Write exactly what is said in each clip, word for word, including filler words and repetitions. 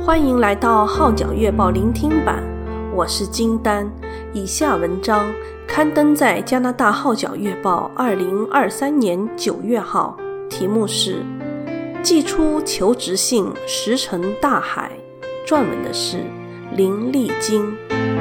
欢迎来到号角月报聆听版，我是金丹。以下文章刊登在加拿大号角月报二零二三年九月号，题目是寄出求职信石沉大海，撰文的是林丽晶。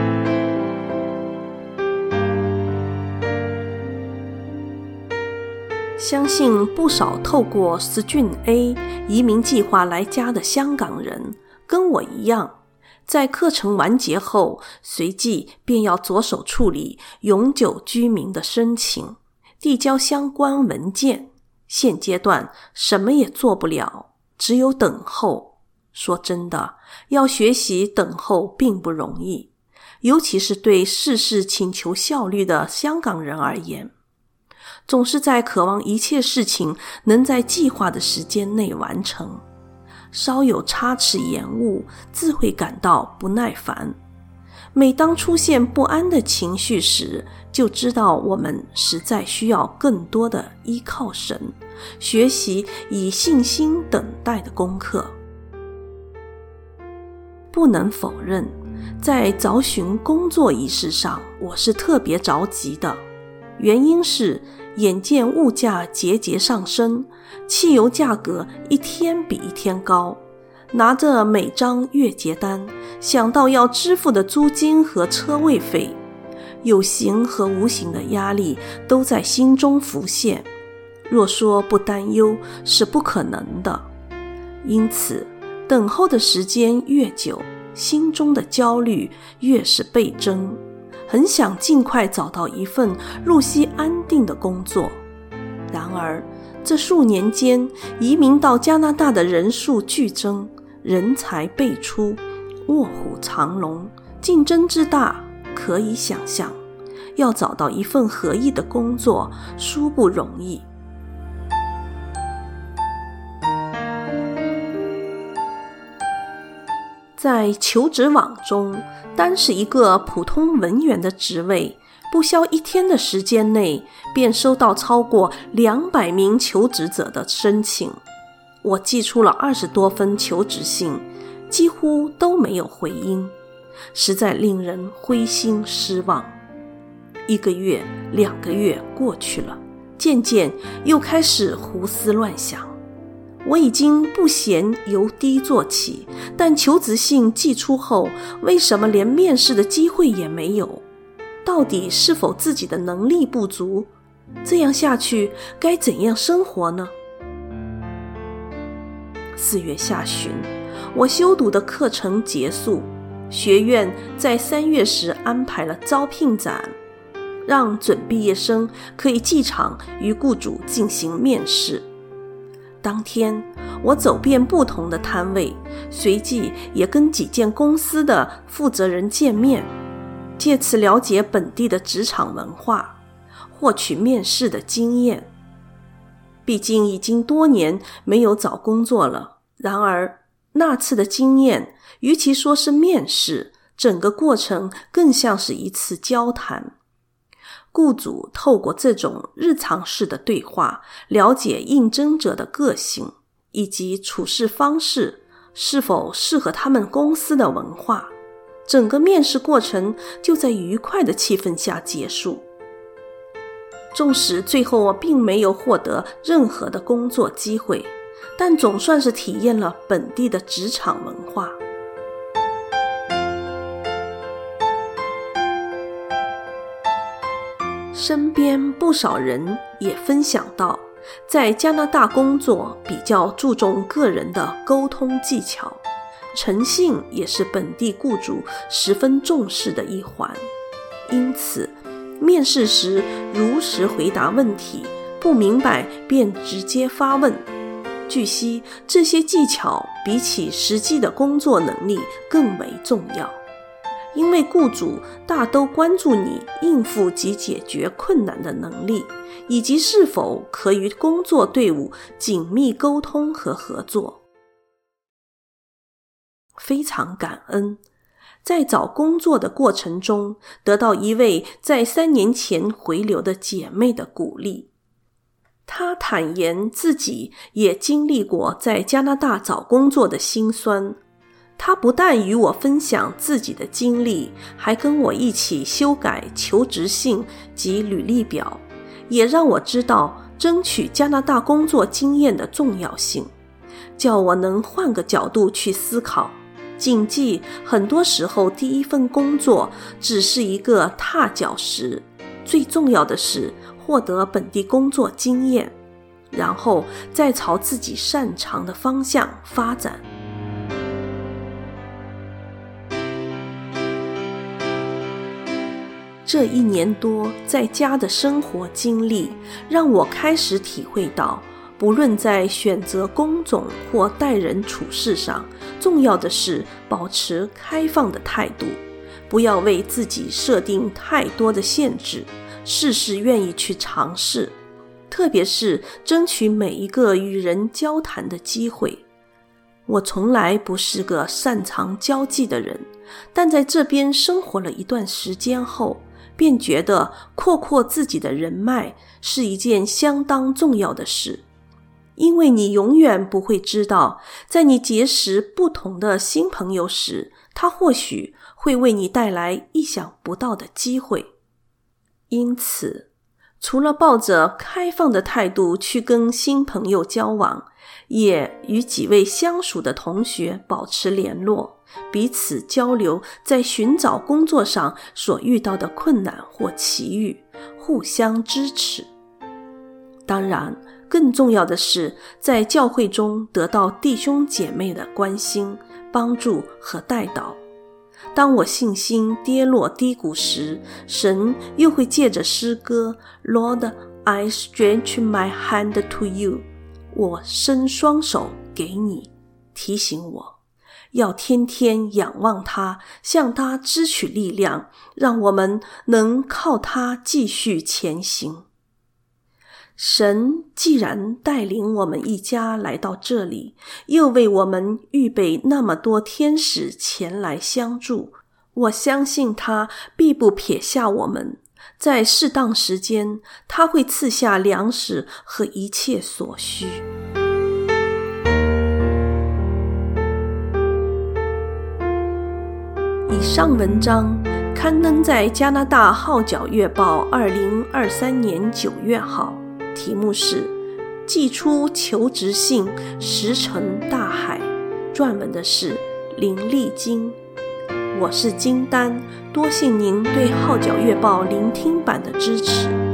相信不少透过 Stream A 移民计划来加的香港人跟我一样，在课程完结后随即便要着手处理永久居民的申请，递交相关文件，现阶段什么也做不了，只有等候。说真的，要学习等候并不容易，尤其是对事事请求效率的香港人而言，总是在渴望一切事情能在计划的时间内完成，稍有差池延误，自会感到不耐烦。每当出现不安的情绪时，就知道我们实在需要更多的依靠神，学习以信心等待的功课。不能否认，在找寻工作一事上，我是特别着急的。原因是眼见物价节节上升，汽油价格一天比一天高，拿着每张月结单，想到要支付的租金和车位费，有形和无形的压力都在心中浮现，若说不担忧是不可能的。因此等候的时间越久，心中的焦虑越是倍增，很想尽快找到一份入息安定的工作。然而这数年间，移民到加拿大的人数剧增，人才辈出，卧虎藏龙，竞争之大可以想象，要找到一份合意的工作殊不容易。在求职网中，单是一个普通文员的职位，不消一天的时间内便收到超过两百名求职者的申请。我寄出了二十多封求职信，几乎都没有回音，实在令人灰心失望。一个月、两个月过去了，渐渐又开始胡思乱想。我已经不嫌由低做起，但求职信寄出后，为什么连面试的机会也没有？到底是否自己的能力不足？这样下去该怎样生活呢？四月下旬，我修读的课程结束，学院在三月时安排了招聘展，让准毕业生可以进场与雇主进行面试。当天我走遍不同的摊位，随即也跟几间公司的负责人见面，借此了解本地的职场文化，获取面试的经验。毕竟已经多年没有找工作了，然而那次的经验，与其说是面试，整个过程更像是一次交谈。雇主透过这种日常式的对话，了解应征者的个性以及处事方式是否适合他们公司的文化。整个面试过程就在愉快的气氛下结束。纵使最后我并没有获得任何的工作机会，但总算是体验了本地的职场文化。身边不少人也分享到，在加拿大工作比较注重个人的沟通技巧，诚信也是本地雇主十分重视的一环。因此面试时如实回答问题，不明白便直接发问。据悉，这些技巧比起实际的工作能力更为重要，因为雇主大都关注你应付及解决困难的能力，以及是否可与工作队伍紧密沟通和合作。非常感恩，在找工作的过程中，得到一位在三年前回流的姐妹的鼓励。她坦言自己也经历过在加拿大找工作的辛酸， 他不但与我分享自己的经历，还跟我一起修改求职信及履历表，也让我知道争取加拿大工作经验的重要性，叫我能换个角度去思考，谨记很多时候第一份工作只是一个踏脚石，最重要的是获得本地工作经验，然后再朝自己擅长的方向发展。这一年多在家的生活经历，让我开始体会到，不论在选择工种或待人处事上，重要的是保持开放的态度，不要为自己设定太多的限制，事事愿意去尝试，特别是争取每一个与人交谈的机会。我从来不是个擅长交际的人，但在这边生活了一段时间后，便觉得扩阔自己的人脉是一件相当重要的事，因为你永远不会知道，在你结识不同的新朋友时，他或许会为你带来意想不到的机会。因此，除了抱着开放的态度去跟新朋友交往，也与几位相熟的同学保持联络，彼此交流在寻找工作上所遇到的困难或奇遇，互相支持。当然，更重要的是在教会中得到弟兄姐妹的关心、帮助和带导。当我信心跌落低谷时，神又会借着诗歌 Lord, I stretch my hand to you， 我伸双手给你，提醒我要天天仰望他，向他支取力量，让我们能靠他继续前行。神既然带领我们一家来到这里，又为我们预备那么多天使前来相助，我相信他必不撇下我们，在适当时间，他会赐下粮食和一切所需。以上文章刊登在加拿大号角月报二零二三年九月号，题目是寄出求职信石沉大海，撰文的是林丽晶。我是金丹，多谢您对号角月报聆听版的支持。